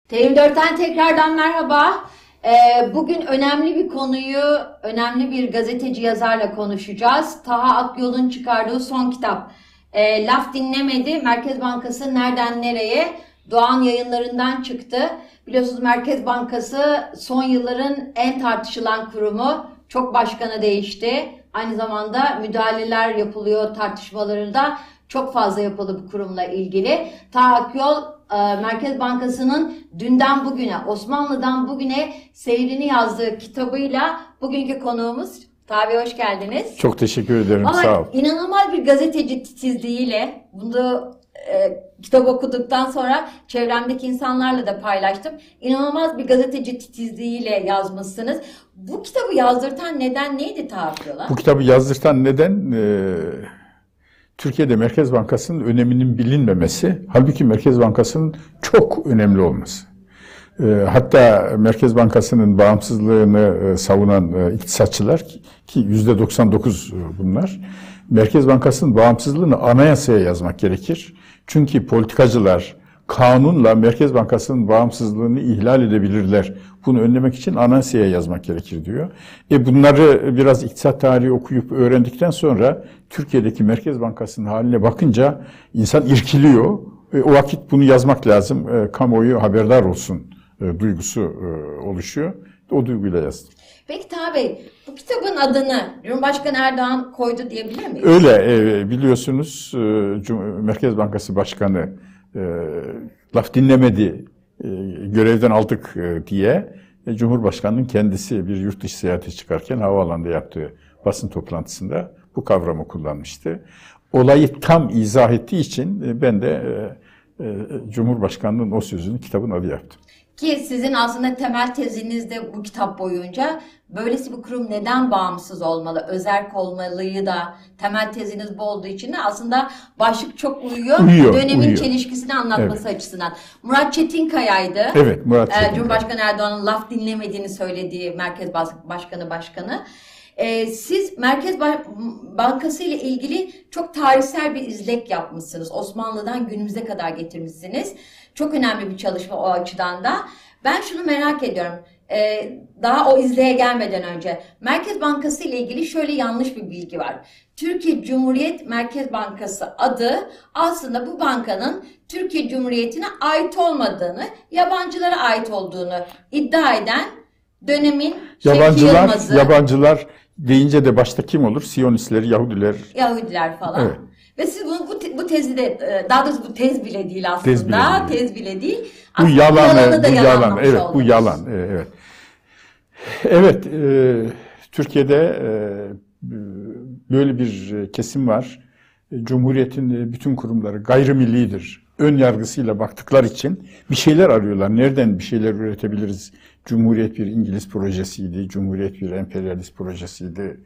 TV24'ten tekrardan merhaba. Bugün önemli bir konuyu, önemli bir gazeteci yazarla konuşacağız. Taha Akyol'un çıkardığı son kitap. Laf dinlemedi, Merkez Bankası nereden nereye? Doğan Yayınları'ndan çıktı. Biliyorsunuz Merkez Bankası son yılların en tartışılan kurumu. Çok başkanı değişti. Aynı zamanda müdahaleler yapılıyor, tartışmalarında çok fazla yapıldı bu kurumla ilgili. Taha Akyol, Merkez Bankası'nın dünden bugüne, Osmanlı'dan bugüne seyrini yazdığı kitabıyla bugünkü konuğumuz. Taha Bey, hoş geldiniz. Çok teşekkür ederim, Vallahi sağ ol. İnanılmaz bir gazeteci titizliğiyle bunu kitap okuduktan sonra çevremdeki insanlarla da paylaştım. İnanılmaz bir gazeteci titizliğiyle yazmışsınız. Bu kitabı yazdırtan neden neydi Taha Akyol'a? Bu kitabı yazdırtan neden Türkiye'de Merkez Bankası'nın öneminin bilinmemesi, halbuki Merkez Bankası'nın çok önemli olması. Hatta Merkez Bankası'nın bağımsızlığını savunan iktisatçılar ki %99 bunlar, Merkez Bankası'nın bağımsızlığını anayasaya yazmak gerekir. Çünkü politikacılar kanunla Merkez Bankası'nın bağımsızlığını ihlal edebilirler. Bunu önlemek için anayasaya yazmak gerekir diyor. Bunları biraz iktisat tarihi okuyup öğrendikten sonra Türkiye'deki Merkez Bankası'nın haline bakınca insan irkiliyor. O vakit bunu yazmak lazım. Kamuoyu haberdar olsun duygusu oluşuyor. O duyguyla yazdım. Peki Taha Bey, bu kitabın adını Cumhurbaşkanı Erdoğan koydu diyebilir miyiz? Öyle, biliyorsunuz Merkez Bankası Başkanı laf dinlemedi, görevden aldık diye Cumhurbaşkanı'nın kendisi bir yurt dışı seyahati çıkarken havaalanında yaptığı basın toplantısında bu kavramı kullanmıştı. Olayı tam izah ettiği için ben de Cumhurbaşkanı'nın o sözünü kitabın adı yaptım. Ki sizin aslında temel teziniz de bu kitap boyunca böylesi bir kurum neden bağımsız olmalı, özerk olmalıyı da temel teziniz bu olduğu için de aslında başlık çok uyuyor. Dönemin çelişkisini anlatması açısından. Murat Çetinkaya'ydı. Evet, Murat Çetinkaya. Cumhurbaşkanı Erdoğan'ın laf dinlemediğini söylediği Merkez Başkanı. Siz Merkez Bankası ile ilgili çok tarihsel bir izlek yapmışsınız. Osmanlı'dan günümüze kadar getirmişsiniz. Çok önemli bir çalışma o açıdan da. Ben şunu merak ediyorum. Daha o izleye gelmeden önce Merkez Bankası ile ilgili şöyle yanlış bir bilgi var. Türkiye Cumhuriyet Merkez Bankası adı aslında bu bankanın Türkiye Cumhuriyeti'ne ait olmadığını, yabancılara ait olduğunu iddia eden dönemin Yabancılar deyince de başta kim olur? Siyonistler, Yahudiler falan. Evet. Ve siz bu tezi de, daha doğrusu bu tez bile değil aslında. Tez bile değil. Bu yalan. Evet, bu yalan. Evet. Evet, Türkiye'de böyle bir kesim var. Cumhuriyetin bütün kurumları gayrimillidir. Ön yargısıyla baktıkları için bir şeyler arıyorlar. Nereden bir şeyler üretebiliriz? Cumhuriyet bir İngiliz projesiydi. Cumhuriyet bir emperyalist projesiydi.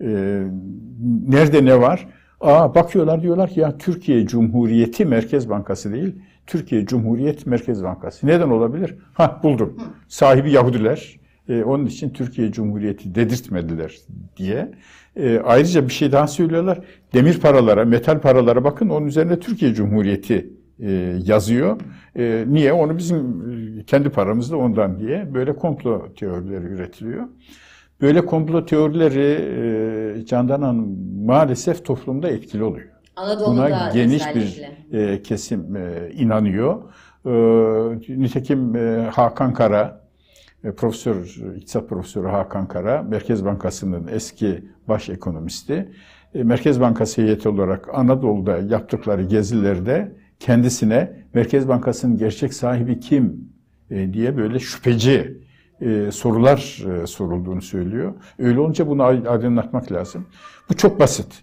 Nerede ne var? Bakıyorlar, diyorlar ki ya Türkiye Cumhuriyeti Merkez Bankası değil, Türkiye Cumhuriyet Merkez Bankası. Neden olabilir? Buldum. Sahibi Yahudiler. Onun için Türkiye Cumhuriyeti dedirtmediler diye. Ayrıca bir şey daha söylüyorlar. Demir paralara, metal paralara bakın, onun üzerine Türkiye Cumhuriyeti yazıyor. Niye? Onu bizim kendi paramızda ondan diye böyle komplo teorileri üretiliyor. Böyle komplo teorileri Candan Hanım maalesef toplumda etkili oluyor. Buna geniş bir kesim inanıyor. Nitekim Hakan Kara, iktisat profesörü Hakan Kara, Merkez Bankası'nın eski baş ekonomisti. Merkez Bankası heyeti olarak Anadolu'da yaptıkları gezilerde kendisine Merkez Bankası'nın gerçek sahibi kim diye böyle şüpheci sorular sorulduğunu söylüyor. Öyle olunca bunu aydınlatmak lazım. Bu çok basit.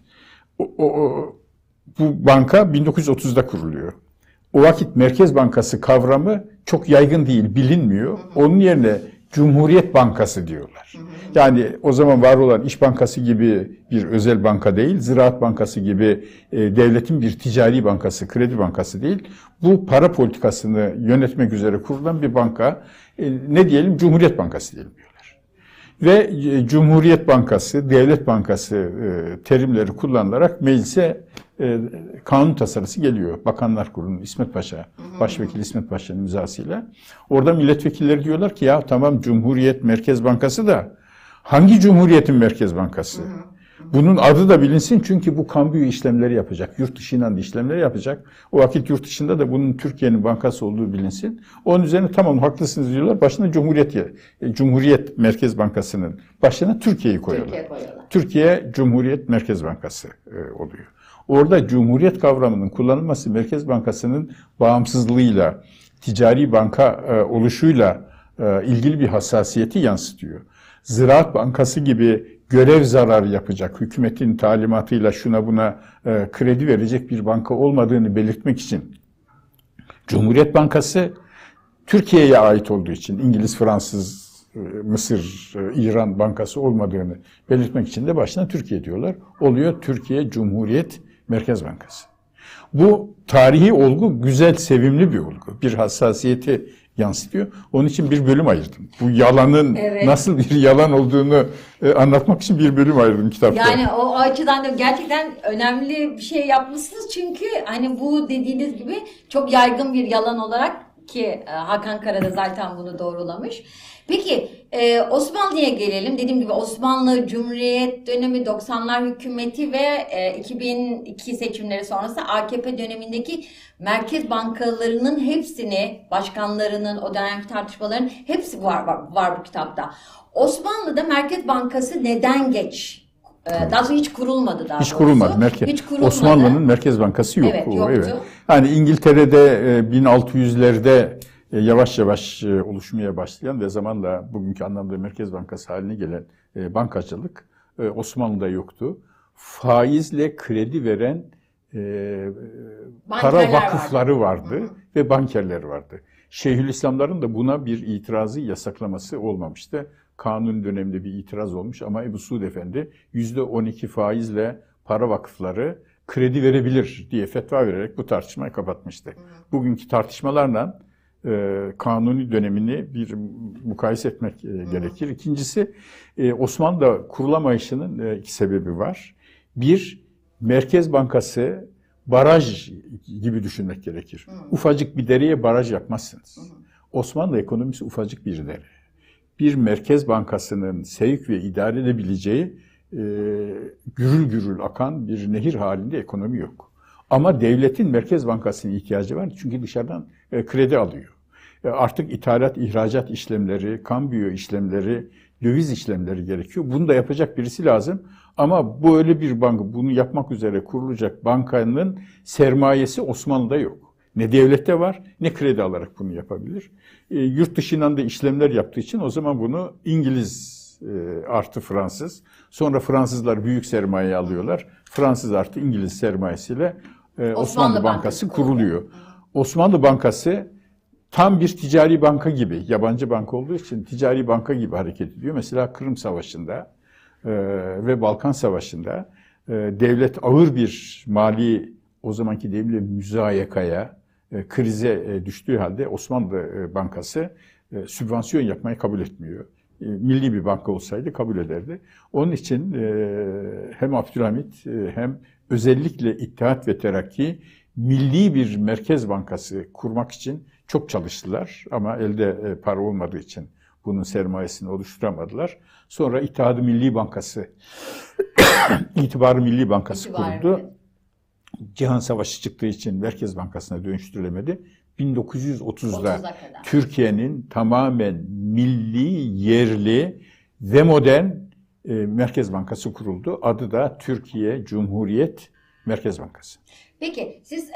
Bu banka 1930'da kuruluyor. O vakit Merkez Bankası kavramı çok yaygın değil, bilinmiyor. Onun yerine Cumhuriyet Bankası diyorlar. Yani o zaman var olan İş Bankası gibi bir özel banka değil, Ziraat Bankası gibi devletin bir ticari bankası, kredi bankası değil. Bu para politikasını yönetmek üzere kurulan bir banka. Ne diyelim? Cumhuriyet Bankası diyelim diyorlar. Ve Cumhuriyet Bankası, Devlet Bankası terimleri kullanılarak meclise kanun tasarısı geliyor. Bakanlar Kurulu'nun İsmet Paşa, Başvekil İsmet Paşa'nın imzasıyla. Orada milletvekilleri diyorlar ki ya tamam Cumhuriyet Merkez Bankası da hangi Cumhuriyet'in Merkez Bankası? Bunun adı da bilinsin çünkü bu kambiyo işlemleri yapacak. Yurt dışından da işlemleri yapacak. O vakit yurt dışında da bunun Türkiye'nin bankası olduğu bilinsin. Onun üzerine tamam haklısınız diyorlar. Başına Cumhuriyet Merkez Bankası'nın başına Türkiye'yi koyuyorlar. Türkiye Cumhuriyet Merkez Bankası oluyor. Orada Cumhuriyet kavramının kullanılması Merkez Bankası'nın bağımsızlığıyla, ticari banka oluşuyla ilgili bir hassasiyeti yansıtıyor. Ziraat Bankası gibi görev zararı yapacak, hükümetin talimatıyla şuna buna kredi verecek bir banka olmadığını belirtmek için Cumhuriyet Bankası Türkiye'ye ait olduğu için İngiliz, Fransız, Mısır, İran bankası olmadığını belirtmek için de başına Türkiye diyorlar. Oluyor Türkiye Cumhuriyet Merkez Bankası. Bu tarihi olgu güzel, sevimli bir olgu. Bir hassasiyeti yansıtıyor. Onun için bir bölüm ayırdım. Bu yalanın nasıl bir yalan olduğunu anlatmak için bir bölüm ayırdım kitapta. Yani o açıdan da gerçekten önemli bir şey yapmışsınız. Çünkü hani bu dediğiniz gibi çok yaygın bir yalan olarak ki Hakan Kara da zaten bunu doğrulamış. Peki Osmanlı'ya gelelim. Dediğim gibi Osmanlı Cumhuriyet dönemi, 90'lar hükümeti ve 2002 seçimleri sonrası AKP dönemindeki merkez bankalarının hepsini, başkanlarının, o dönemki tartışmaların hepsi var bu kitapta. Osmanlı'da Merkez Bankası neden geç? Daha sonra hiç kurulmadı daha Hiç kurulmadı. Hiç kurulmadı. Osmanlı'nın Merkez Bankası yok. Evet, yoktu. Evet. Yani İngiltere'de 1600'lerde yavaş yavaş oluşmaya başlayan ve zamanla bugünkü anlamda Merkez Bankası haline gelen bankacılık Osmanlı'da yoktu. Faizle kredi veren para vakıfları vardı ve bankerler vardı. Şeyhülislamların da buna bir itirazı, yasaklaması olmamıştı. Kanun döneminde bir itiraz olmuş ama Ebu Suud Efendi %12 faizle para vakıfları kredi verebilir diye fetva vererek bu tartışmayı kapatmıştı. Bugünkü tartışmalarla kanuni dönemini bir mukayese etmek gerekir. İkincisi Osmanlı'da kurulamayışının iki sebebi var. Bir, Merkez Bankası baraj gibi düşünmek gerekir. Ufacık bir dereye baraj yapmazsınız. Osmanlı ekonomisi ufacık bir dere. Bir Merkez Bankası'nın sevk ve idare edebileceği gürül gürül akan bir nehir halinde ekonomi yok. Ama devletin Merkez Bankası'na ihtiyacı var çünkü dışarıdan kredi alıyor. Artık ithalat, ihracat işlemleri, kambiyo işlemleri, döviz işlemleri gerekiyor. Bunu da yapacak birisi lazım. Ama bu öyle bir banka, bunu yapmak üzere kurulacak bankanın sermayesi Osmanlı'da yok. Ne devlette var, ne kredi alarak bunu yapabilir. Yurt dışından da işlemler yaptığı için o zaman bunu İngiliz artı Fransız, sonra Fransızlar büyük sermaye alıyorlar. Fransız artı İngiliz sermayesiyle Osmanlı Bankası kuruluyor. Osmanlı Bankası tam bir ticari banka gibi, yabancı banka olduğu için ticari banka gibi hareket ediyor. Mesela Kırım Savaşı'nda ve Balkan Savaşı'nda devlet ağır bir mali, o zamanki deyimle müzayekaya, krize düştüğü halde Osmanlı Bankası sübvansiyon yapmayı kabul etmiyor. Milli bir banka olsaydı kabul ederdi. Onun için hem Abdülhamit hem özellikle İttihat ve Terakki milli bir merkez bankası kurmak için çok çalıştılar ama elde para olmadığı için bunun sermayesini oluşturamadılar. Sonra İttihat-ı Milli Bankası, İtibar-ı Milli Bankası kuruldu. Evet. Cihan Savaşı çıktığı için Merkez Bankası'na dönüştürülemedi. 1930'da Türkiye'nin tamamen milli, yerli ve modern Merkez Bankası kuruldu. Adı da Türkiye Cumhuriyet Merkez Bankası. Peki siz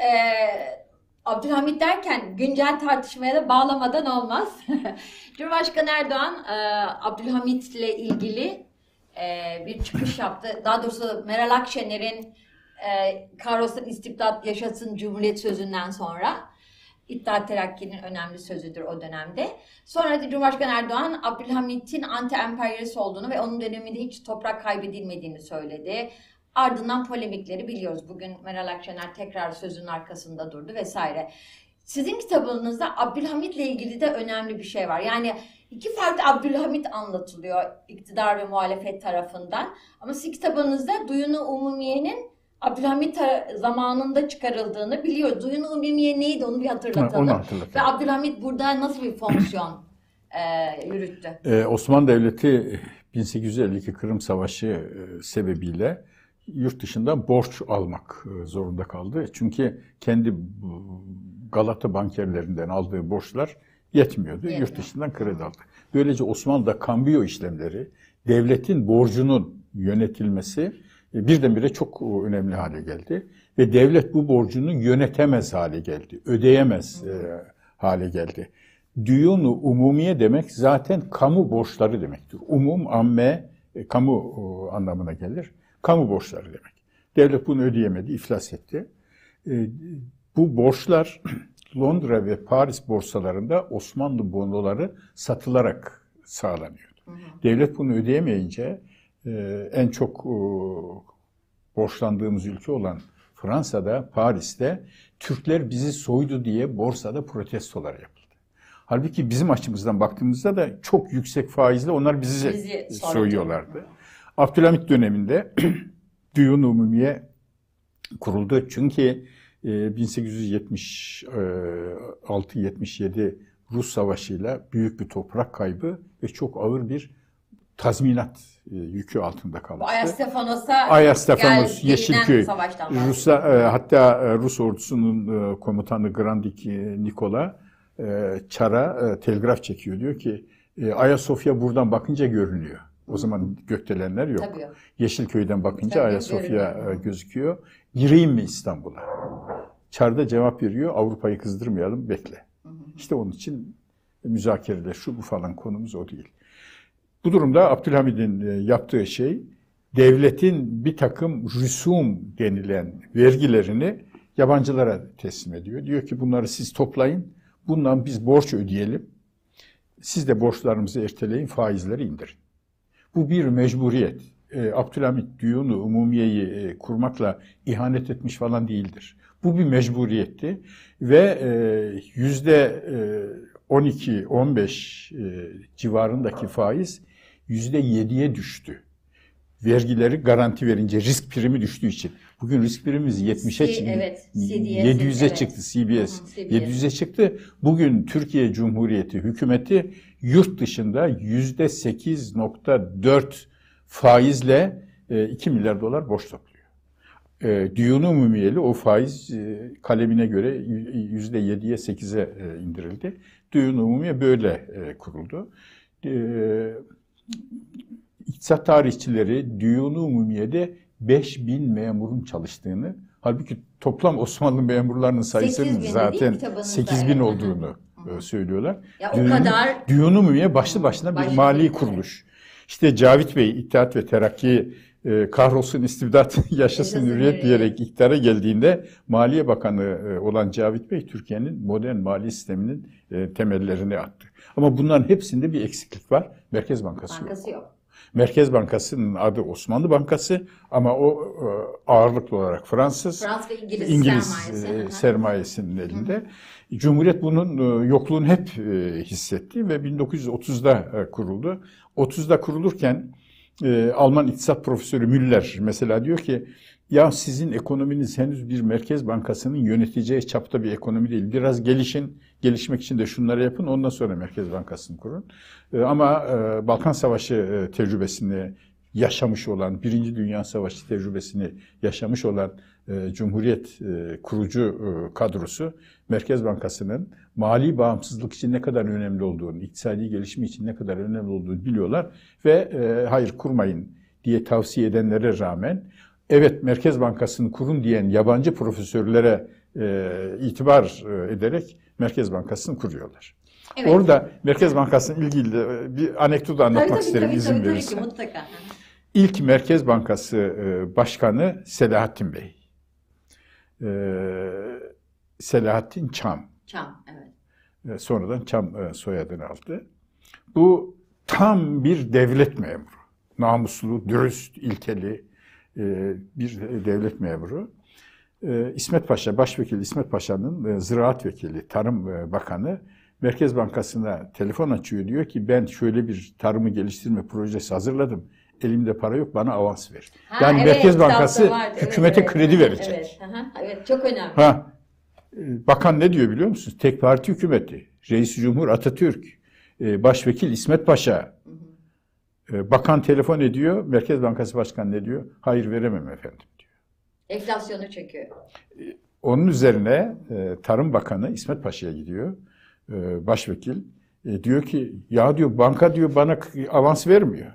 Abdülhamit derken güncel tartışmaya da bağlamadan olmaz. Cumhurbaşkanı Erdoğan Abdülhamit'le ilgili bir çıkış yaptı. Daha doğrusu Meral Akşener'in Kahrolsun istibdat yaşasın Cumhuriyet sözünden sonra İttihat Terakki'nin önemli sözüdür o dönemde. Sonra da Cumhurbaşkanı Erdoğan Abdülhamit'in anti-emperyalist olduğunu ve onun döneminde hiç toprak kaybedilmediğini söyledi. Ardından polemikleri biliyoruz. Bugün Meral Akşener tekrar sözünün arkasında durdu vesaire. Sizin kitabınızda Abdülhamit'le ilgili de önemli bir şey var. Yani iki farklı Abdülhamit anlatılıyor iktidar ve muhalefet tarafından. Ama sizin kitabınızda Duyunu Umumiye'nin Abdülhamit zamanında çıkarıldığını biliyoruz. Duyun Umumiye neydi onu bir hatırlatalım. Onu hatırlatalım. Ve Abdülhamit burada nasıl bir fonksiyon yürüttü? Osmanlı Devleti 1852 Kırım Savaşı sebebiyle yurt dışından borç almak zorunda kaldı. Çünkü kendi Galata bankerlerinden aldığı borçlar yetmiyordu. Yurt dışından kredi aldı. Böylece Osmanlı'da kambiyo işlemleri, devletin borcunun yönetilmesi birdenbire çok önemli hale geldi. Ve devlet bu borcunu yönetemez hale geldi, ödeyemez hale geldi. Düyun-u umumiye demek zaten kamu borçları demektir. Umum, amme, kamu anlamına gelir. Kamu borçları demek. Devlet bunu ödeyemedi, iflas etti. Bu borçlar Londra ve Paris borsalarında Osmanlı bonoları satılarak sağlanıyordu. Devlet bunu ödeyemeyince en çok borçlandığımız ülke olan Fransa'da, Paris'te Türkler bizi soydu diye borsada protestolar yapıldı. Halbuki bizim açımızdan baktığımızda da çok yüksek faizle onlar bizi soyuyorlardı. Abdülhamit döneminde Düyun-u Umumiye kuruldu. Çünkü 1876-77 Rus Savaşı'yla büyük bir toprak kaybı ve çok ağır bir tazminat yükü altında kalmıştı. Ayastefanos, Yeşilköy, hatta Rus ordusunun komutanı Grandik Nikola Çar'a telgraf çekiyor. Diyor ki Ayasofya buradan bakınca görünüyor. O zaman gökdelenler yok. Tabii. Yeşilköy'den bakınca Ayasofya gözüküyor. Gireyim mi İstanbul'a? Çar da cevap veriyor. Avrupa'yı kızdırmayalım, bekle. İşte onun için müzakereler şu bu falan konumuz o değil. Bu durumda Abdülhamid'in yaptığı şey devletin bir takım rüsum denilen vergilerini yabancılara teslim ediyor. Diyor ki bunları siz toplayın, bundan biz borç ödeyelim. Siz de borçlarımızı erteleyin, faizleri indirin. Bu bir mecburiyet. Abdülhamit Düyun-u Umumiye'yi kurmakla ihanet etmiş falan değildir. Bu bir mecburiyetti ve %12-15 civarındaki faiz %7'ye düştü. Vergileri garanti verince, risk primi düştüğü için. Bugün risk primimiz 70'e çıktı. Evet, 700'e çıktı CBS. 700'e çıktı. Bugün Türkiye Cumhuriyeti hükümeti yurt dışında %8.4 faizle 2 milyar dolar borç topluyor. Düyun-u Umumiyeli o faiz kalemine göre %7'ye 8'e indirildi. Düyun-u Umumiye böyle kuruldu. İktisat tarihçileri Düyun-u Umumiye'de 5000 memurun çalıştığını, halbuki toplam Osmanlı memurlarının sayısının zaten 8000 olduğunu söylüyorlar. Düyun-u Umumiye başlı başına bir mali kuruluş. İşte Cavit Bey, İttihat ve Terakki kahrolsun istibdat, yaşasın hürriyet diyerek iktidara geldiğinde Maliye Bakanı olan Cavit Bey, Türkiye'nin modern mali sisteminin temellerini attı. Ama bunların hepsinde bir eksiklik var. Merkez Bankası yok. Merkez Bankası'nın adı Osmanlı Bankası ama o ağırlıklı olarak Fransız ve İngiliz sermayesinin elinde. Cumhuriyet bunun yokluğunu hep hissetti ve 1930'da kuruldu. 30'da kurulurken Alman iktisat profesörü Müller mesela diyor ki ya sizin ekonominiz henüz bir Merkez Bankası'nın yöneteceği çapta bir ekonomi değil. Biraz gelişin, gelişmek için de şunları yapın, ondan sonra Merkez Bankası'nı kurun. Ama Balkan Savaşı tecrübesini yaşamış olan, Birinci Dünya Savaşı tecrübesini yaşamış olan Cumhuriyet kurucu kadrosu Merkez Bankası'nın mali bağımsızlık için ne kadar önemli olduğunu, iktisadi gelişimi için ne kadar önemli olduğunu biliyorlar ve hayır kurmayın diye tavsiye edenlere rağmen evet Merkez Bankası'nı kurun diyen yabancı profesörlere itibar ederek Merkez Bankası'nı kuruyorlar. Evet. Orada Merkez Bankası'nın ilgili bir anekdotu anlatmak isterim izin verirsen. Tabii ki, mutlaka. İlk Merkez Bankası Başkanı Selahattin Bey. Selahattin Çam. Çam, evet. Sonradan Çam soyadını aldı. Bu tam bir devlet memuru. Namuslu, dürüst, ilkeli bir devlet memuru. İsmet Paşa, Başvekil İsmet Paşa'nın Ziraat Vekili, Tarım Bakanı Merkez Bankası'na telefon açıyor. Diyor ki ben şöyle bir tarımı geliştirme projesi hazırladım. elimde para yok, bana avans ver. Ha, Yani evet, Merkez kitapta Bankası vardı. Evet, hükümete evet. kredi verecek. Evet, evet, çok önemli. Bakan ne diyor biliyor musunuz? Tek parti hükümeti. Reis-i Cumhur Atatürk, Başvekil İsmet Paşa. Bakan telefon ediyor, Merkez Bankası Başkanı ne diyor? Hayır, veremem efendim diyor. Enflasyonu çekiyor. Onun üzerine Tarım Bakanı İsmet Paşa'ya gidiyor. Başvekil diyor ki ya diyor banka diyor bana avans vermiyor.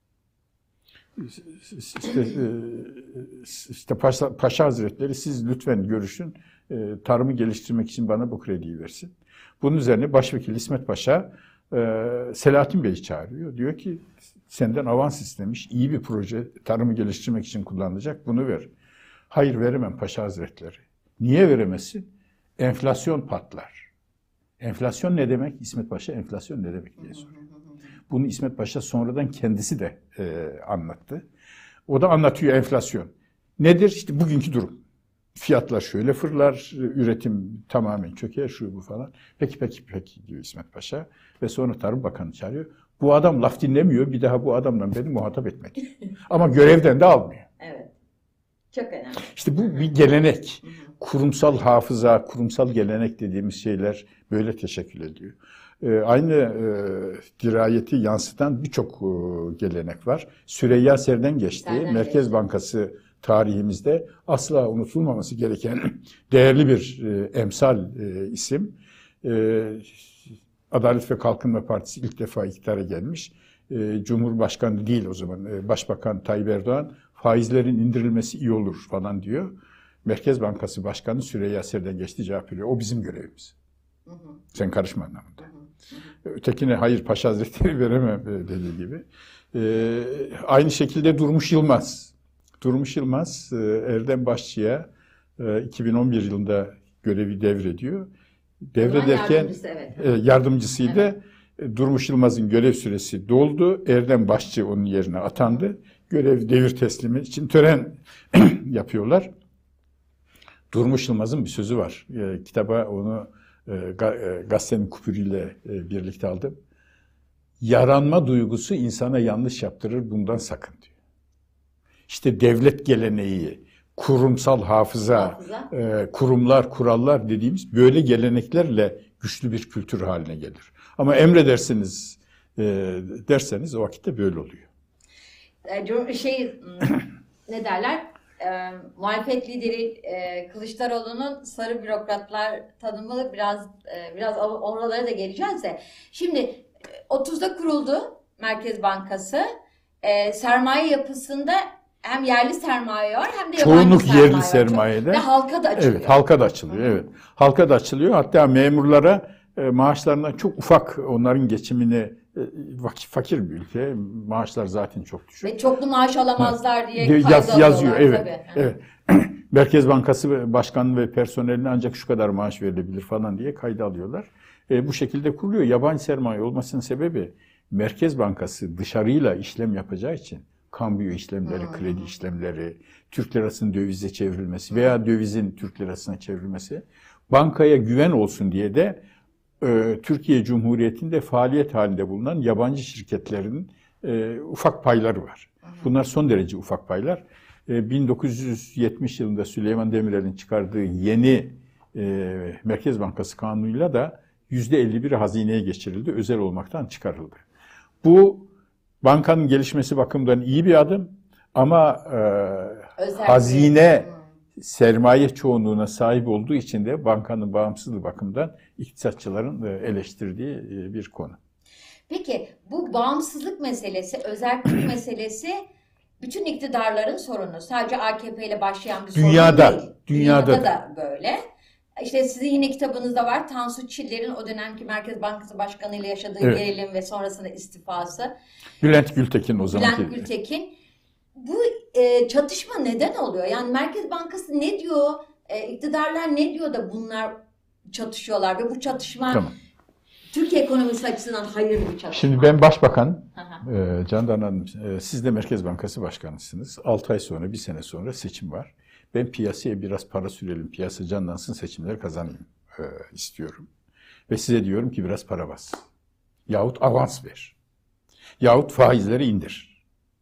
İşte Paşa Hazretleri siz lütfen görüşün, tarımı geliştirmek için bana bu krediyi versin. Bunun üzerine Başvekil İsmet Paşa Selahattin Bey'i çağırıyor. Diyor ki senden avans istemiş, iyi bir proje tarımı geliştirmek için kullanılacak, bunu ver. Hayır, veremem Paşa Hazretleri. Niye veremezsin? Enflasyon patlar. Enflasyon ne demek? İsmet Paşa enflasyon ne demek diye soruyor. Bunu İsmet Paşa sonradan kendisi de anlattı. O da anlatıyor enflasyon. Nedir? İşte bugünkü durum. Fiyatlar şöyle fırlar, üretim tamamen çöker, şu bu falan. Peki diyor İsmet Paşa. Ve sonra Tarım Bakanı çağırıyor. Bu adam laf dinlemiyor, bir daha bu adamla beni muhatap etmek. Ama görevden de almıyor. Evet. Çok önemli. İşte bu bir gelenek. Kurumsal hafıza, kurumsal gelenek dediğimiz şeyler böyle teşekkül ediyor. Aynı dirayeti yansıtan birçok gelenek var. Süreyya Serdengeç diye Merkez Bankası tarihimizde asla unutulmaması gereken değerli bir emsal isim. Adalet ve Kalkınma Partisi ilk defa iktidara gelmiş. Cumhurbaşkanı değil o zaman, Başbakan Tayyip Erdoğan faizlerin indirilmesi iyi olur falan diyor. Merkez Bankası Başkanı Süreyya Serdengeç cevap veriyor. O bizim görevimiz. Sen karışma anlamında. Ötekine hayır Paşa Hazretleri veremem dediği gibi. Aynı şekilde Durmuş Yılmaz. Durmuş Yılmaz Erdem Başçı'ya 2011 yılında görevi devrediyor. Devrederken yardımcısıydı. Durmuş Yılmaz'ın görev süresi doldu. Erdem Başçı onun yerine atandı. Görev devir teslimi için tören yapıyorlar. Durmuş Yılmaz'ın bir sözü var. Kitaba onu gazetenin kupürüyle birlikte aldım. Yaranma duygusu insana yanlış yaptırır, bundan sakın diyor. İşte devlet geleneği, kurumsal hafıza, kurumlar, kurallar dediğimiz böyle geleneklerle güçlü bir kültür haline gelir. Ama emredersiniz derseniz o vakitte böyle oluyor. Ne derler? Muhalefet lideri Kılıçdaroğlu'nun sarı bürokratlar tanımı biraz oralara da geleceğiz de. Şimdi 30'da kuruldu Merkez Bankası. Sermaye yapısında hem yerli sermaye var hem de yabancı çoğunluk sermaye yerli var. sermayede. Ve halka da açılıyor. Evet, halka da açılıyor. Evet. Halka da açılıyor. Hatta memurlara maaşlarından çok ufak, onların geçimini, fakir bir ülke, maaşlar zaten çok düşük. Ve çoklu maaş alamazlar diye yazıyor. Evet. Tabii. Evet. Merkez Bankası Başkanı ve personeline ancak şu kadar maaş verilebilir falan diye kayda alıyorlar. Bu şekilde kuruluyor. Yabancı sermaye olmasının sebebi Merkez Bankası dışarıyla işlem yapacağı için kambiyo işlemleri, kredi işlemleri, Türk lirasının dövize çevrilmesi veya dövizin Türk lirasına çevrilmesi, bankaya güven olsun diye de Türkiye Cumhuriyeti'nde faaliyet halinde bulunan yabancı şirketlerin ufak payları var. Bunlar son derece ufak paylar. 1970 yılında Süleyman Demirel'in çıkardığı yeni Merkez Bankası kanunuyla da %51'i hazineye geçirildi, özel olmaktan çıkarıldı. Bu bankanın gelişmesi bakımından iyi bir adım ama hazine sermaye çoğunluğuna sahip olduğu için de bankanın bağımsızlığı bakımından iktisatçıların eleştirdiği bir konu. Peki bu bağımsızlık meselesi, özerklik meselesi bütün iktidarların sorunu. Sadece AKP ile başlayan bir sorun değil. Dünyada da böyle. İşte sizin yine kitabınızda var. Tansu Çiller'in o dönemki Merkez Bankası Başkanı ile yaşadığı gerilim ve sonrasında istifası. Bülent Gültekin o zaman. Bülent Gültekin. Bu çatışma neden oluyor? Yani Merkez Bankası ne diyor? İktidarlar ne diyor da bunlar çatışıyorlar ve bu çatışma Türkiye ekonomisi açısından hayırlı bir çatışma. Şimdi ben Başbakan Candan Hanım, siz de Merkez Bankası Başkanısınız. 6 ay sonra, bir sene sonra seçim var. Ben piyasaya biraz para sürelim, piyasa canlansın, seçimleri kazanayım istiyorum. Ve size diyorum ki biraz para bas. Yahut avans ver. Yahut faizleri indir.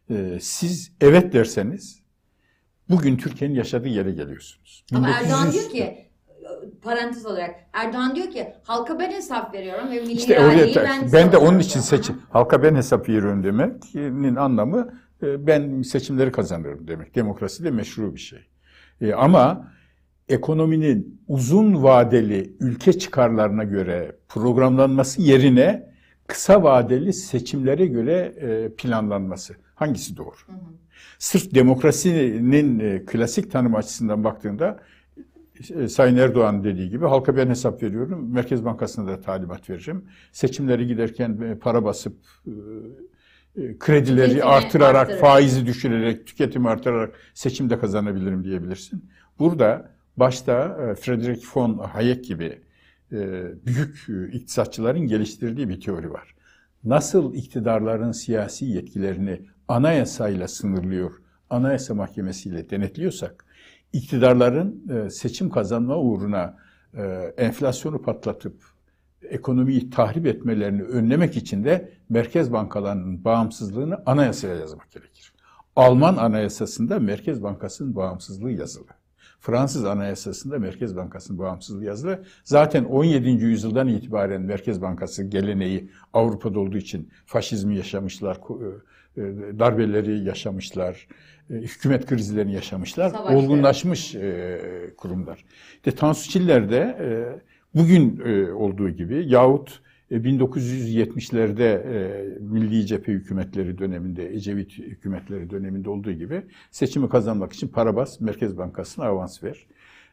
Siz evet derseniz bugün Türkiye'nin yaşadığı yere geliyorsunuz. Ama Erdoğan diyor ki, parantez olarak, Erdoğan diyor ki halka ben hesap veriyorum ve milli iradeyi ben de onun için halka ben hesap veriyorum demek'nin anlamı ben seçimleri kazanırım demek. Demokrasi de meşru bir şey. Ama ekonominin uzun vadeli ülke çıkarlarına göre programlanması yerine kısa vadeli seçimlere göre planlanması. Hangisi doğru? Hı hı. Sırf demokrasinin klasik tanım açısından baktığında Sayın Erdoğan dediği gibi halka ben hesap veriyorum. Merkez Bankası'na da talimat vereceğim. Seçimleri giderken para basıp kredileri artırarak, faizi düşürerek, tüketimi artırarak seçimde kazanabilirim diyebilirsin. Burada başta Friedrich von Hayek gibi büyük iktisatçıların geliştirdiği bir teori var. Nasıl iktidarların siyasi yetkilerini anayasayla sınırlıyor, anayasa mahkemesiyle denetliyorsak, iktidarların seçim kazanma uğruna enflasyonu patlatıp ekonomiyi tahrip etmelerini önlemek için de merkez bankalarının bağımsızlığını anayasaya yazmak gerekir. Alman anayasasında Merkez Bankası'nın bağımsızlığı yazılı. Fransız anayasasında Merkez Bankası'nın bağımsızlığı yazılı. Zaten 17. yüzyıldan itibaren Merkez Bankası geleneği Avrupa'da olduğu için faşizmi yaşamışlar, darbeleri yaşamışlar, hükümet krizlerini yaşamışlar, olgunlaşmış kurumlar. Tansu Çiller de bugün olduğu gibi yahut 1970'lerde Milli Cephe hükümetleri döneminde, Ecevit hükümetleri döneminde olduğu gibi seçimi kazanmak için para bas, Merkez Bankası'na avans ver.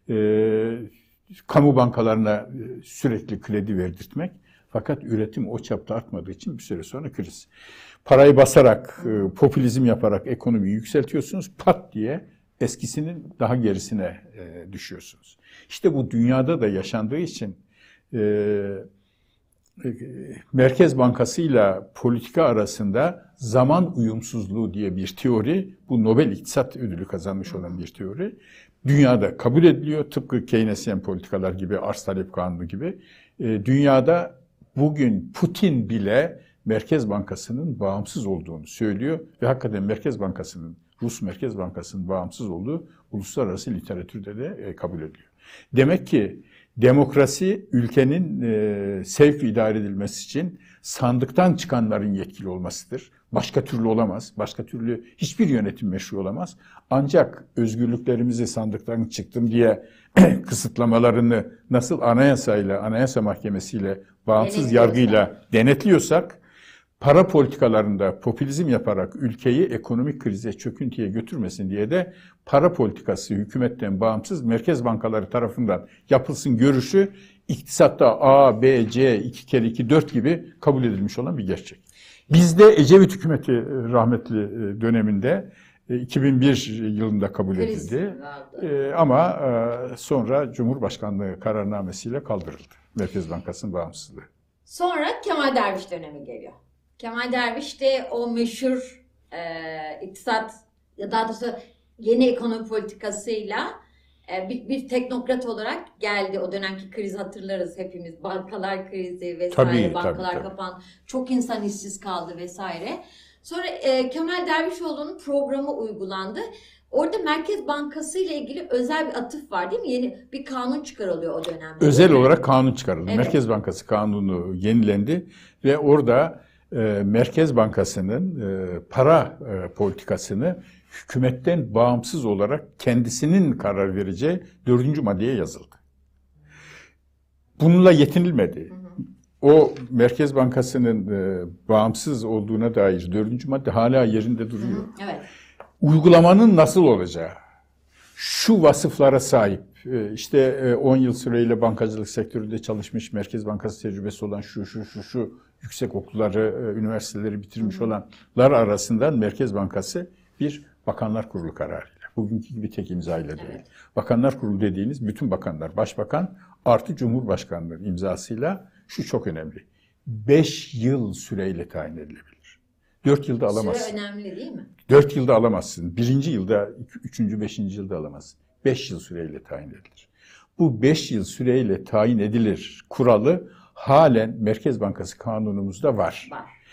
Kamu bankalarına sürekli kredi verdirtmek. Fakat üretim o çapta artmadığı için bir süre sonra kriz. Parayı basarak, popülizm yaparak ekonomiyi yükseltiyorsunuz. Pat diye eskisinin daha gerisine düşüyorsunuz. İşte bu dünyada da yaşandığı için Merkez Bankası ile politika arasında zaman uyumsuzluğu diye bir teori, bu Nobel İktisat Ödülü kazanmış olan bir teori, dünyada kabul ediliyor. Tıpkı Keynesyen politikalar gibi, arz talep kanunu gibi. Dünyada bugün Putin bile Merkez Bankası'nın bağımsız olduğunu söylüyor ve hakikaten Rus Merkez Bankası'nın bağımsız olduğu uluslararası literatürde de kabul ediliyor. Demek ki demokrasi ülkenin sevk idare edilmesi için sandıktan çıkanların yetkili olmasıdır. Başka türlü olamaz. Başka türlü hiçbir yönetim meşru olamaz. Ancak özgürlüklerimizi sandıktan çıktım diye kısıtlamalarını nasıl anayasayla, anayasa mahkemesiyle, bağımsız yargıyla denetliyorsak, para politikalarında popülizm yaparak ülkeyi ekonomik krize, çöküntüye götürmesin diye de para politikası hükümetten bağımsız merkez bankaları tarafından yapılsın görüşü iktisatta A, B, C, 2 kere 2, 4 gibi kabul edilmiş olan bir gerçek. Bizde Ecevit hükümeti rahmetli döneminde 2001 yılında kabul edildi. Ama sonra Cumhurbaşkanlığı kararnamesiyle kaldırıldı Merkez Bankası'nın bağımsızlığı. Sonra Kemal Derviş dönemi geliyor. Kemal Derviş de o meşhur iktisat, ya daha doğrusu yeni ekonomi politikasıyla bir teknokrat olarak geldi. O dönemki kriz hatırlarız hepimiz. Bankalar krizi vesaire, bankalar kapandı. Çok insan işsiz kaldı vesaire. Sonra Kemal Dervişoğlu'nun programı uygulandı. Orada Merkez Bankası ile ilgili özel bir atıf var değil mi? Yeni bir kanun çıkarılıyor o dönemde. Özel olarak kanun çıkarıldı. Evet. Merkez Bankası kanunu yenilendi ve orada Merkez Bankası'nın para politikasını hükümetten bağımsız olarak kendisinin karar vereceği 4. maddeye yazıldı. Bununla yetinilmedi. O Merkez Bankası'nın bağımsız olduğuna dair 4. madde hala yerinde duruyor. Evet. Uygulamanın nasıl olacağı, şu vasıflara sahip, işte 10 yıl süreyle bankacılık sektöründe çalışmış, Merkez Bankası tecrübesi olan şu yüksek okulları, üniversiteleri bitirmiş olanlar arasından Merkez Bankası bir Bakanlar Kurulu kararıyla, bugünkü gibi tek imzayla değil. Evet. Bakanlar Kurulu dediğiniz bütün bakanlar, başbakan artı Cumhurbaşkanlığı imzasıyla, şu çok önemli, 5 yıl süreyle tayin edilebilir. 4 yılda alamazsın. Süre önemli değil mi? 4 yılda alamazsın. 1. yılda, 3. 5. yılda alamazsın. 5 yıl süreyle tayin edilir. Bu 5 yıl süreyle tayin edilir kuralı halen Merkez Bankası kanunumuzda var.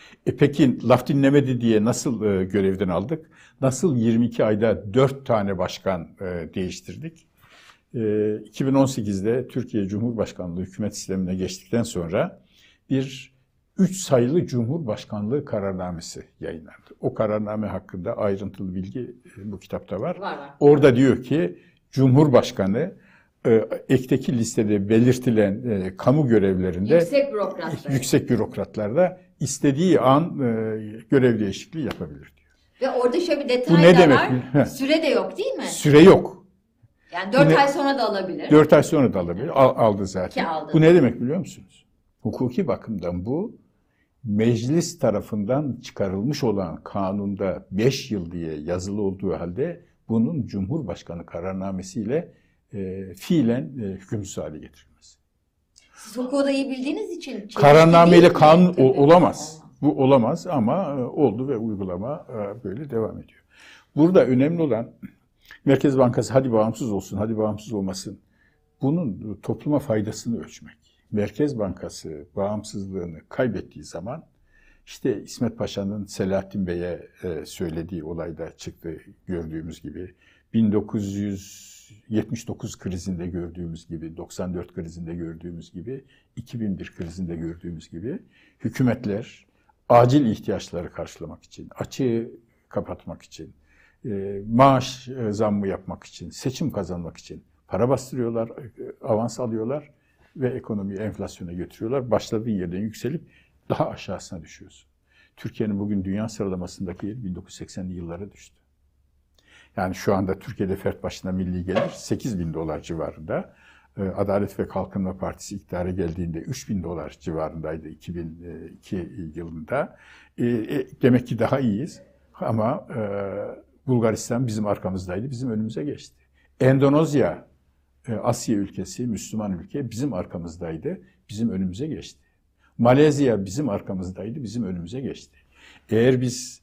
Peki laf dinlemedi diye nasıl görevden aldık? Nasıl 22 ayda 4 tane başkan değiştirdik? 2018'de Türkiye Cumhurbaşkanlığı hükümet sistemine geçtikten sonra bir 3 sayılı Cumhurbaşkanlığı kararnamesi yayınlandı. O kararname hakkında ayrıntılı bilgi bu kitapta var. Var. Orada diyor ki Cumhurbaşkanı ekteki listede belirtilen kamu görevlerinde yüksek bürokratlarda istediği an görev değişikliği yapabilir diyor. Ve orada şöyle bir detay Bu ne da demek? var. Süre de yok değil mi? Süre yok. Yani 4 ay sonra da alabilir. 4 ay sonra da alabilir. Aldı zaten. Aldı. Bu ne demek biliyor musunuz? Hukuki bakımdan bu meclis tarafından çıkarılmış olan kanunda 5 yıl diye yazılı olduğu halde bunun Cumhurbaşkanı kararnamesiyle fiilen hükümsüz hale getirilmesi. Siz hukuku da iyi bildiğiniz için. Kararnameyle kanun olamaz. Bu olamaz ama oldu ve uygulama böyle devam ediyor. Burada önemli olan Merkez Bankası hadi bağımsız olsun, hadi bağımsız olmasın. Bunun topluma faydasını ölçmek. Merkez Bankası bağımsızlığını kaybettiği zaman işte İsmet Paşa'nın Selahattin Bey'e söylediği olayda çıktı gördüğümüz gibi. 1979 krizinde gördüğümüz gibi, 94 krizinde gördüğümüz gibi, 2001 krizinde gördüğümüz gibi hükümetler acil ihtiyaçları karşılamak için, açığı kapatmak için, maaş zammı yapmak için, seçim kazanmak için para bastırıyorlar, avans alıyorlar ve ekonomiyi enflasyona götürüyorlar. Başladığı yerden yükselip daha aşağısına düşüyorsun. Türkiye'nin bugün dünya sıralamasındaki yeri 1980'li yıllara düştü. Yani şu anda Türkiye'de fert başına milli gelir 8.000 dolar civarında. Adalet ve Kalkınma Partisi iktidara geldiğinde 3.000 dolar civarındaydı 2002 yılında. Demek ki daha iyiyiz ama Bulgaristan bizim arkamızdaydı, bizim önümüze geçti. Endonezya, Asya ülkesi, Müslüman ülke bizim arkamızdaydı, bizim önümüze geçti. Malezya bizim arkamızdaydı, bizim önümüze geçti. Eğer biz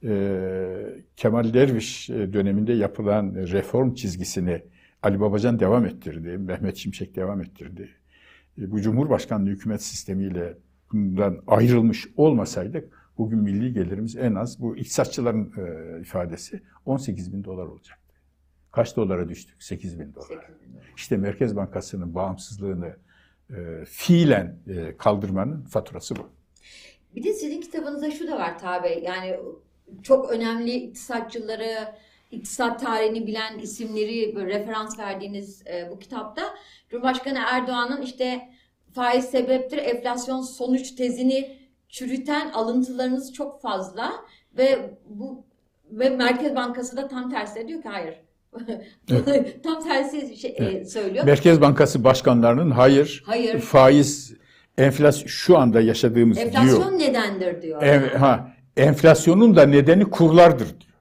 Kemal Derviş döneminde yapılan reform çizgisini Ali Babacan devam ettirdi, Mehmet Şimşek devam ettirdi. Bu Cumhurbaşkanlığı hükümet sistemiyle bundan ayrılmış olmasaydık bugün milli gelirimiz en az bu iktisatçıların ifadesi 18.000 dolar olacaktı. Kaç dolara düştük? 8.000 dolar. İşte Merkez Bankası'nın bağımsızlığını fiilen kaldırmanın faturası bu. Bir de sizin kitabınızda şu da var tabi, yani çok önemli iktisatçıları, iktisat tarihini bilen isimleri böyle referans verdiğiniz bu kitapta Cumhurbaşkanı Erdoğan'ın işte faiz sebeptir, enflasyon sonuç tezini çürüten alıntılarınız çok fazla ve Merkez Bankası da tam tersi diyor ki hayır. Evet. Tam tersi söylüyor. Merkez Bankası başkanlarının hayır. Faiz, enflasyon şu anda yaşadığımız enflasyon diyor. Enflasyon nedendir diyor. Enflasyonun da nedeni kurlardır diyor.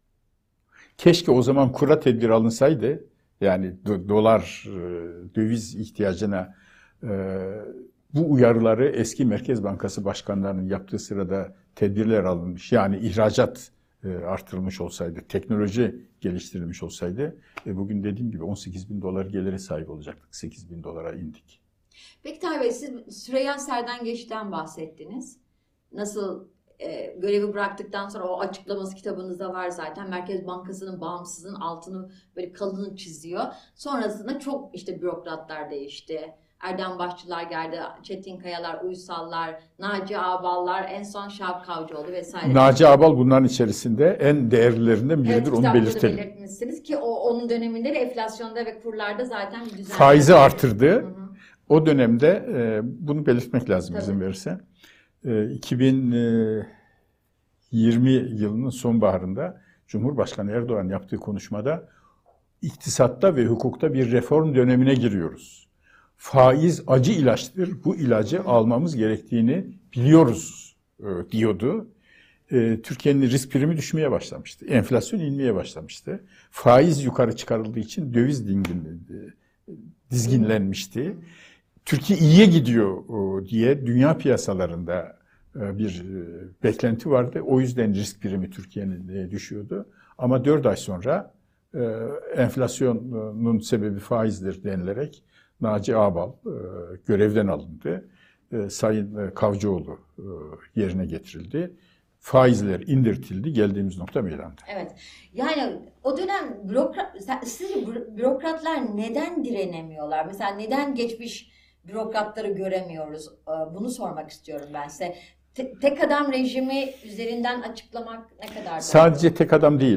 Keşke o zaman kura tedbir alınsaydı. Yani dolar, döviz ihtiyacına bu uyarıları eski Merkez Bankası başkanlarının yaptığı sırada tedbirler alınmış. Yani ihracat artırılmış olsaydı, teknoloji geliştirilmiş olsaydı bugün dediğim gibi 18.000 dolar gelire sahip olacaktık. 8.000 dolara indik. Peki Tayyip Bey, siz Süreyya Serdengeç'ten bahsettiniz. Nasıl görevi bıraktıktan sonra o açıklaması kitabınızda var zaten. Merkez Bankası'nın bağımsızlığının altını böyle kalını çiziyor. Sonrasında çok işte bürokratlar değişti. Erdem Başçılar geldi, Çetin Kayalar, Uysallar, Naci Ağballar, en son Şahap Kavcıoğlu vesaire. Naci Ağbal bunların içerisinde en değerlilerinden biridir, evet, onu belirtelim. Belirtmişsiniz ki onun döneminde de enflasyonda ve kurlarda zaten bir düzenleme. Faizi artırdı. Hı-hı. O dönemde bunu belirtmek lazım izin verirse. 2020 yılının sonbaharında Cumhurbaşkanı Erdoğan yaptığı konuşmada iktisatta ve hukukta bir reform dönemine giriyoruz. Faiz acı ilaçtır. Bu ilacı almamız gerektiğini biliyoruz diyordu. Türkiye'nin risk primi düşmeye başlamıştı. Enflasyon inmeye başlamıştı. Faiz yukarı çıkarıldığı için döviz dizginlenmişti. Türkiye iyiye gidiyor diye dünya piyasalarında bir beklenti vardı. O yüzden risk primi Türkiye'nin düşüyordu. Ama 4 ay sonra enflasyonun sebebi faizdir denilerek Naci Ağbal görevden alındı. Sayın Kavcıoğlu yerine getirildi. Faizler indirtildi. Geldiğimiz nokta meydanda. Evet. Yani o dönem sizce bürokratlar neden direnemiyorlar? Mesela neden geçmiş bürokratları göremiyoruz? Bunu sormak istiyorum ben size. Tek adam rejimi üzerinden açıklamak ne kadar doğru? Sadece tek adam değil.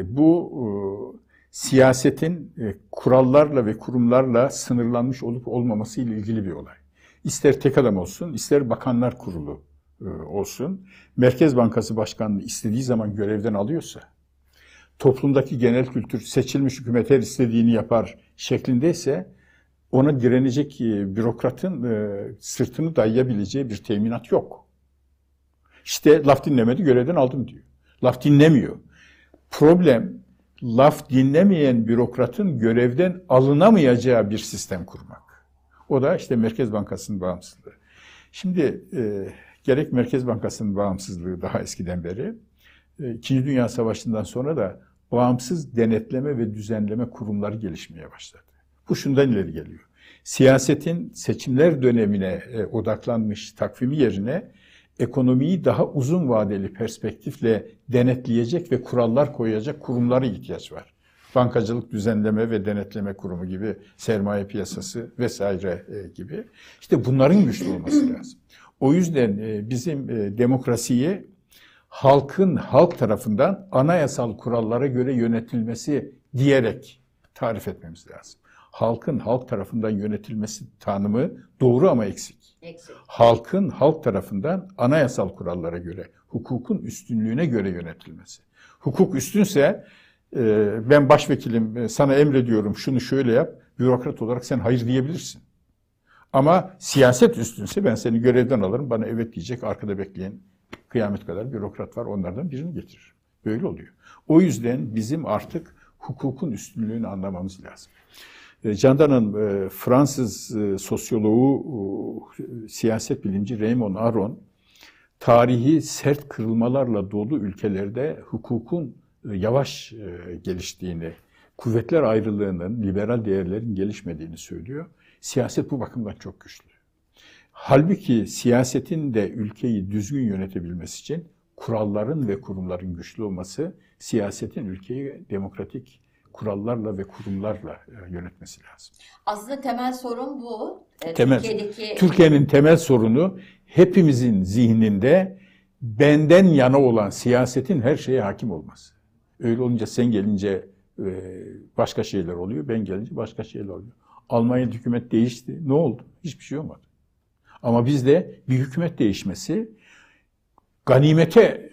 Bu siyasetin kurallarla ve kurumlarla sınırlanmış olup olmaması ile ilgili bir olay. İster tek adam olsun, ister bakanlar kurulu olsun. Merkez Bankası Başkanlığı istediği zaman görevden alıyorsa, toplumdaki genel kültür seçilmiş hükümet her istediğini yapar şeklindeyse, ona direnecek bürokratın sırtını dayayabileceği bir teminat yok. İşte laf dinlemedi, görevden aldım diyor. Laf dinlemiyor. Problem, laf dinlemeyen bürokratın görevden alınamayacağı bir sistem kurmak. O da işte Merkez Bankası'nın bağımsızlığı. Şimdi gerek Merkez Bankası'nın bağımsızlığı daha eskiden beri, İkinci Dünya Savaşı'ndan sonra da bağımsız denetleme ve düzenleme kurumları gelişmeye başladı. Bu şundan ileri geliyor. Siyasetin seçimler dönemine odaklanmış takvimi yerine ekonomiyi daha uzun vadeli perspektifle denetleyecek ve kurallar koyacak kurumlara ihtiyaç var. Bankacılık Düzenleme ve Denetleme Kurumu gibi, sermaye piyasası vesaire gibi. İşte bunların güçlü olması lazım. O yüzden bizim demokrasiyi halk tarafından anayasal kurallara göre yönetilmesi diyerek tarif etmemiz lazım. Halkın halk tarafından yönetilmesi tanımı doğru ama eksik. Halkın halk tarafından anayasal kurallara göre, hukukun üstünlüğüne göre yönetilmesi. Hukuk üstünse ben başvekilim, sana emrediyorum, şunu şöyle yap, bürokrat olarak sen hayır diyebilirsin. Ama siyaset üstünse ben seni görevden alırım, bana evet diyecek, arkada bekleyen kıyamet kadar bürokrat var, onlardan birini getiririm. Böyle oluyor. O yüzden bizim artık hukukun üstünlüğünü anlamamız lazım. Candan'ın Fransız sosyoloğu, siyaset bilimci Raymond Aron, tarihi sert kırılmalarla dolu ülkelerde hukukun yavaş geliştiğini, kuvvetler ayrılığının, liberal değerlerin gelişmediğini söylüyor. Siyaset bu bakımdan çok güçlü. Halbuki siyasetin de ülkeyi düzgün yönetebilmesi için kuralların ve kurumların güçlü olması, siyasetin ülkeyi demokratik kurallarla ve kurumlarla yönetmesi lazım. Aslında temel sorun bu. Türkiye'nin temel sorunu hepimizin zihninde benden yana olan siyasetin her şeye hakim olması. Öyle olunca sen gelince başka şeyler oluyor, ben gelince başka şeyler oluyor. Almanya'da hükümet değişti. Ne oldu? Hiçbir şey olmadı. Ama bizde bir hükümet değişmesi ganimete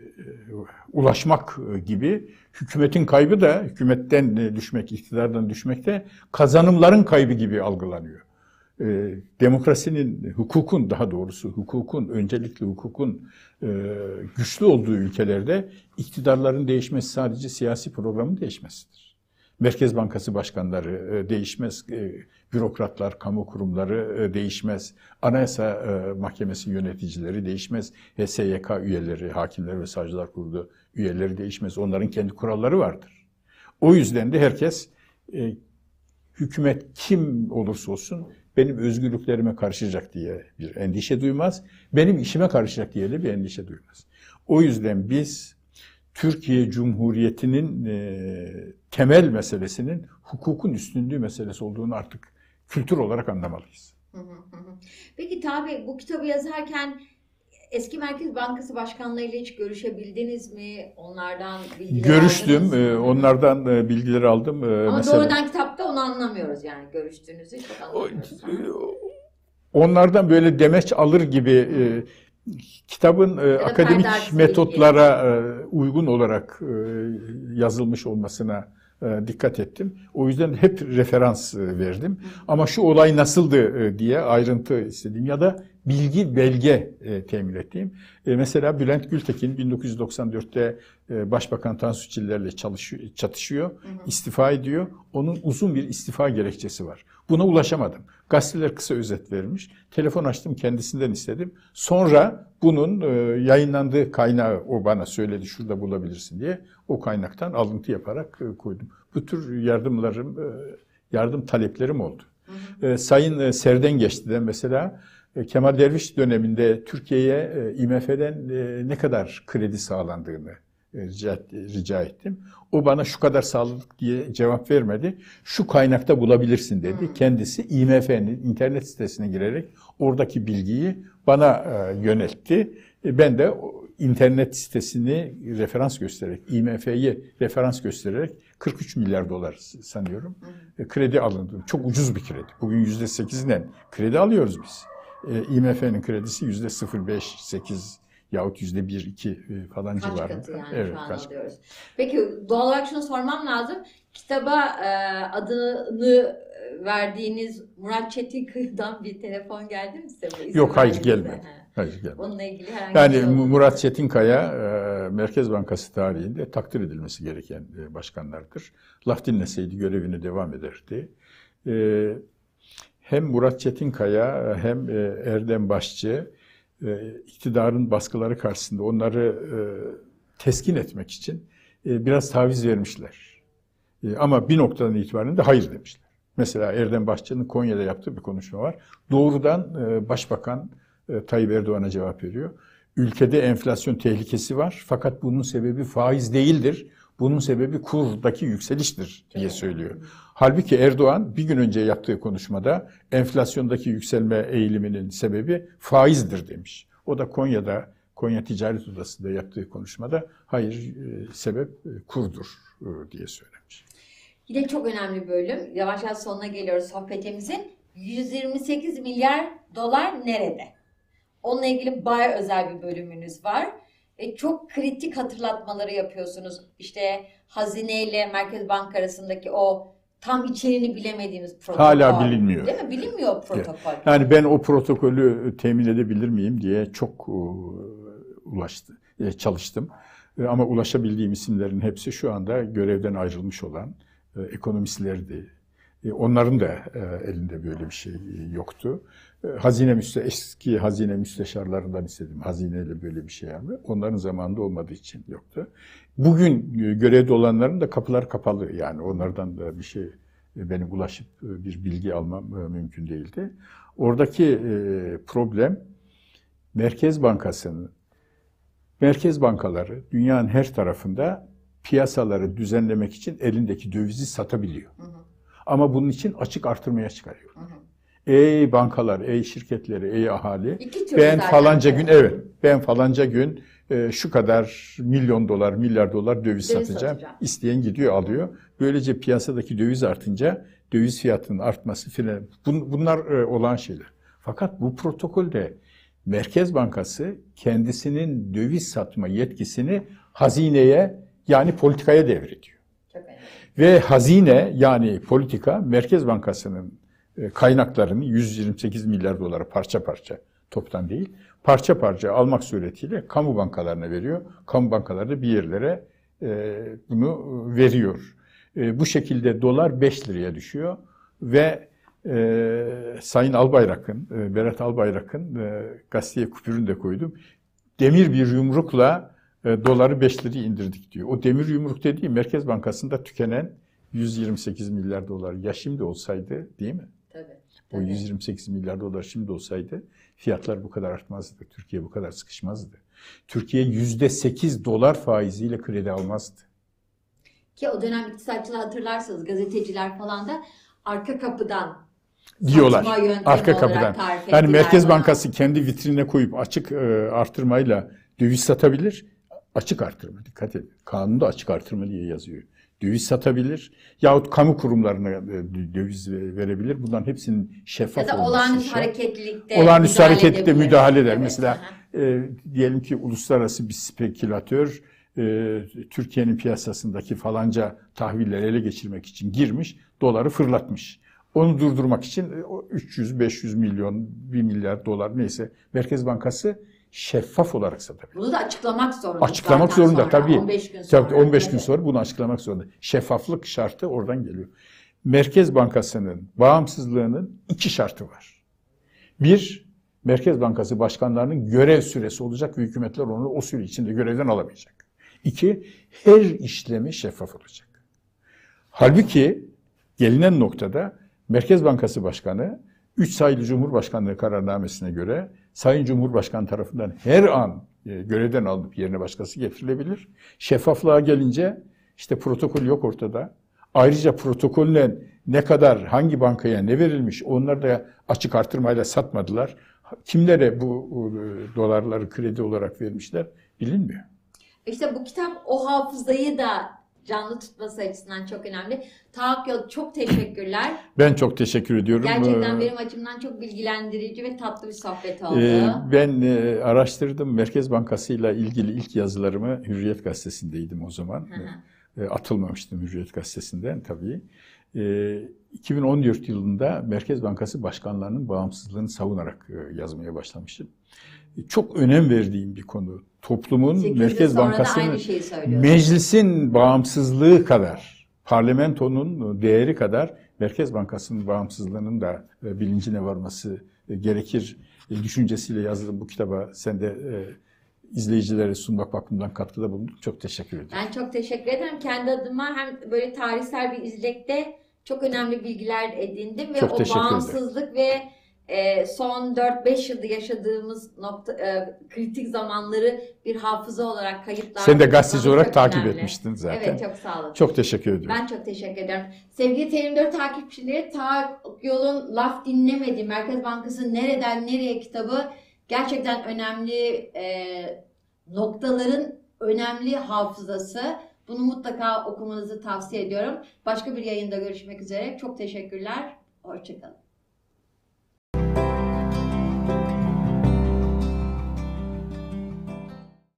ulaşmak gibi, hükümetin kaybı da hükümetten düşmek, iktidardan düşmek de kazanımların kaybı gibi algılanıyor. Demokrasinin, hukukun daha doğrusu hukukun, öncelikli hukukun güçlü olduğu ülkelerde iktidarların değişmesi sadece siyasi programın değişmesidir. Merkez Bankası başkanları değişmez, bürokratlar, kamu kurumları değişmez, Anayasa Mahkemesi yöneticileri değişmez, HSYK üyeleri, Hakimler ve Savcılar Kurulu üyeleri değişmez. Onların kendi kuralları vardır. O yüzden de herkes hükümet kim olursa olsun benim özgürlüklerime karışacak diye bir endişe duymaz, benim işime karışacak diye de bir endişe duymaz. O yüzden biz Türkiye Cumhuriyeti'nin temel meselesinin hukukun üstünlüğü meselesi olduğunu artık kültür olarak anlamalıyız. Peki tabi bu kitabı yazarken eski Merkez Bankası başkanlarıyla hiç görüşebildiniz mi? Onlardan bilgiler görüştüm, aldınız mı? Onlardan bilgileri aldım. Ama mesela, doğrudan kitapta onu anlamıyoruz yani görüştüğünüzü çok anlamıyoruz. Onlardan böyle demeç alır gibi kitabın akademik metotlara uygun olarak yazılmış olmasına dikkat ettim. O yüzden hep referans verdim. Ama şu olay nasıldı diye ayrıntı istedim ya da bilgi, belge temin ettiğim. Mesela Bülent Gültekin 1994'te Başbakan Tansu Çiller'le çatışıyor, istifa ediyor. Onun uzun bir istifa gerekçesi var. Buna ulaşamadım. Gazeteler kısa özet vermiş. Telefon açtım, kendisinden istedim. Sonra bunun yayınlandığı kaynağı o bana söyledi, şurada bulabilirsin diye. O kaynaktan alıntı yaparak koydum. Bu tür yardım taleplerim oldu. Sayın Serdengeç'ten mesela Kemal Derviş döneminde Türkiye'ye IMF'den ne kadar kredi sağlandığını rica ettim. O bana şu kadar sağladık diye cevap vermedi. Şu kaynakta bulabilirsin dedi. Kendisi IMF'nin internet sitesine girerek oradaki bilgiyi bana yöneltti. Ben de internet sitesini referans göstererek, IMF'yi referans göstererek 43 milyar dolar sanıyorum kredi alındı. Çok ucuz bir kredi. Bugün %8'den kredi alıyoruz biz. IMF'nin kredisi %0,5-8 yahut %1-2 falan Kaç civarında. katı yani Evet, şu an kaç alıyoruz. Peki doğal olarak şunu sormam lazım. Kitaba adını verdiğiniz Murat Çetinkaya'dan bir telefon geldi mi size? Yok, hayır gelmedi. Hayır, gelmedi. Onunla ilgili herhangi Yani bir şey oldu mu? Murat Çetinkaya Merkez Bankası tarihinde takdir edilmesi gereken başkanlardır. Laf dinleseydi görevine devam ederdi. Hem Murat Çetinkaya hem Erdem Başçı iktidarın baskıları karşısında onları teskin etmek için biraz taviz vermişler. Ama bir noktadan itibaren de hayır demişler. Mesela Erdem Başçı'nın Konya'da yaptığı bir konuşma var. Doğrudan Başbakan Tayyip Erdoğan'a cevap veriyor. Ülkede enflasyon tehlikesi var fakat bunun sebebi faiz değildir. Bunun sebebi kurdaki yükseliştir diye söylüyor. Halbuki Erdoğan bir gün önce yaptığı konuşmada enflasyondaki yükselme eğiliminin sebebi faizdir demiş. O da Konya Ticaret Odası'nda yaptığı konuşmada hayır sebep kurdur diye söylemiş. Yine çok önemli bir bölüm. Yavaş yavaş sonuna geliyoruz sohbetimizin. 128 milyar dolar nerede? Onunla ilgili bayağı özel bir bölümünüz var. Çok kritik hatırlatmaları yapıyorsunuz. İşte Hazine ile Merkez Banka arasındaki o tam içeriğini bilemediğimiz protokol. Hala bilinmiyor. Değil mi? Bilinmiyor o protokol. Yani ben o protokolü temin edebilir miyim diye çok çalıştım. Ama ulaşabildiğim isimlerin hepsi şu anda görevden ayrılmış olan ekonomistlerdi. Onların da elinde böyle bir şey yoktu. Eski hazine müsteşarlarından istedim. Hazineyle böyle bir şey yapma. Onların zamanında olmadığı için yoktu. Bugün görevde olanların da kapılar kapalı. Yani onlardan da bir şey benim ulaşıp bir bilgi almam mümkün değildi. Oradaki problem Merkez bankaları dünyanın her tarafında piyasaları düzenlemek için elindeki dövizi satabiliyor. Ama bunun için açık artırmaya çıkarıyor. Ey bankalar, ey şirketleri, ey ahali, ben falanca gün şu kadar milyon dolar, milyar dolar döviz satacağım. İsteyen gidiyor alıyor. Böylece piyasadaki döviz artınca döviz fiyatının artması filan. Bunlar olan şeyler. Fakat bu protokolde Merkez Bankası kendisinin döviz satma yetkisini hazineye yani politikaya devrediyor. Ve hazine yani politika Merkez Bankası'nın kaynaklarını 128 milyar dolara parça parça toptan değil parça parça almak suretiyle kamu bankalarına veriyor. Kamu bankaları da bir yerlere bunu veriyor. Bu şekilde dolar 5 liraya düşüyor ve Sayın Albayrak'ın, Berat Albayrak'ın gazeteye küpürünü de koydum. Demir bir yumrukla doları 5 liraya indirdik diyor. O demir yumruk dediği Merkez Bankası'nda tükenen 128 milyar dolar. Ya şimdi olsaydı değil mi? Tabii. O 128 milyar dolar şimdi olsaydı fiyatlar bu kadar artmazdı. Türkiye bu kadar sıkışmazdı. Türkiye %8 dolar faiziyle kredi almazdı. Ki o dönem iktisatçılar hatırlarsanız gazeteciler falan da arka kapıdan diyorlar. Arka kapıdan. Yani Merkez Bankası kendi vitrine koyup açık artırmayla döviz satabilir. Açık artırma dikkat edin. Kanunda açık artırma diye yazıyor. Döviz satabilir yahut kamu kurumlarına döviz verebilir. Bunların hepsinin şeffaf olması. Ya da olağanüstü hareketlilikte müdahale eder. Evet. Mesela diyelim ki uluslararası bir spekülatör Türkiye'nin piyasasındaki falanca tahvilleri ele geçirmek için girmiş, doları fırlatmış. Onu durdurmak için 300-500 milyon, 1 milyar dolar neyse Merkez Bankası şeffaf olarak satabilir. Bunu da açıklamak zorunda. Açıklamak zorunda sonra, tabii. 15 gün sonra. Tabii 15 gün sonra bunu açıklamak zorunda. Şeffaflık şartı oradan geliyor. Merkez Bankası'nın bağımsızlığının 2 şartı var. 1, Merkez Bankası başkanlarının görev süresi olacak ve hükümetler onu o süre içinde görevden alamayacak. 2, her işlemi şeffaf olacak. Halbuki gelinen noktada Merkez Bankası Başkanı 3 sayılı Cumhurbaşkanlığı kararnamesine göre Sayın Cumhurbaşkanı tarafından her an görevden alınıp yerine başkası getirilebilir. Şeffaflığa gelince işte protokol yok ortada. Ayrıca protokolle ne kadar, hangi bankaya ne verilmiş onları da açık artırmayla satmadılar. Kimlere bu dolarları kredi olarak vermişler bilinmiyor. İşte bu kitap o hafızayı da canlı tutması açısından çok önemli. Taha Akyol, çok teşekkürler. Ben çok teşekkür ediyorum. Gerçekten benim açımdan çok bilgilendirici ve tatlı bir sohbet oldu. Ben araştırdım. Merkez Bankası ile ilgili ilk yazılarımı Hürriyet Gazetesi'ndeydim o zaman. Atılmamıştım Hürriyet Gazetesi'nden tabii. 2014 yılında Merkez Bankası başkanlarının bağımsızlığını savunarak yazmaya başlamışım. Çok önem verdiğim bir konu. Toplumun, Merkez Bankası'nın, meclisin bağımsızlığı kadar, parlamentonun değeri kadar Merkez Bankası'nın bağımsızlığının da bilincine varması gerekir düşüncesiyle yazdığım bu kitaba sen de izleyicilere sunmak bakımından katkıda bulundun. Çok teşekkür ederim. Ben çok teşekkür ederim. Kendi adıma hem böyle tarihsel bir izlekte çok önemli bilgiler edindim ve o bağımsızlık ve son 4-5 yılda yaşadığımız kritik zamanları bir hafıza olarak kayıtlar. Sen de gazeteci olarak takip etmiştin zaten. Evet, çok sağ olun. Çok teşekkür ediyorum. Ben çok teşekkür ederim. Sevgili TR24 takipçileri, Taha Akyol'un Laf Dinlemedi, Merkez Bankası Nereden Nereye kitabı gerçekten önemli noktaların önemli hafızası. Bunu mutlaka okumanızı tavsiye ediyorum. Başka bir yayında görüşmek üzere. Çok teşekkürler. Hoşça kalın.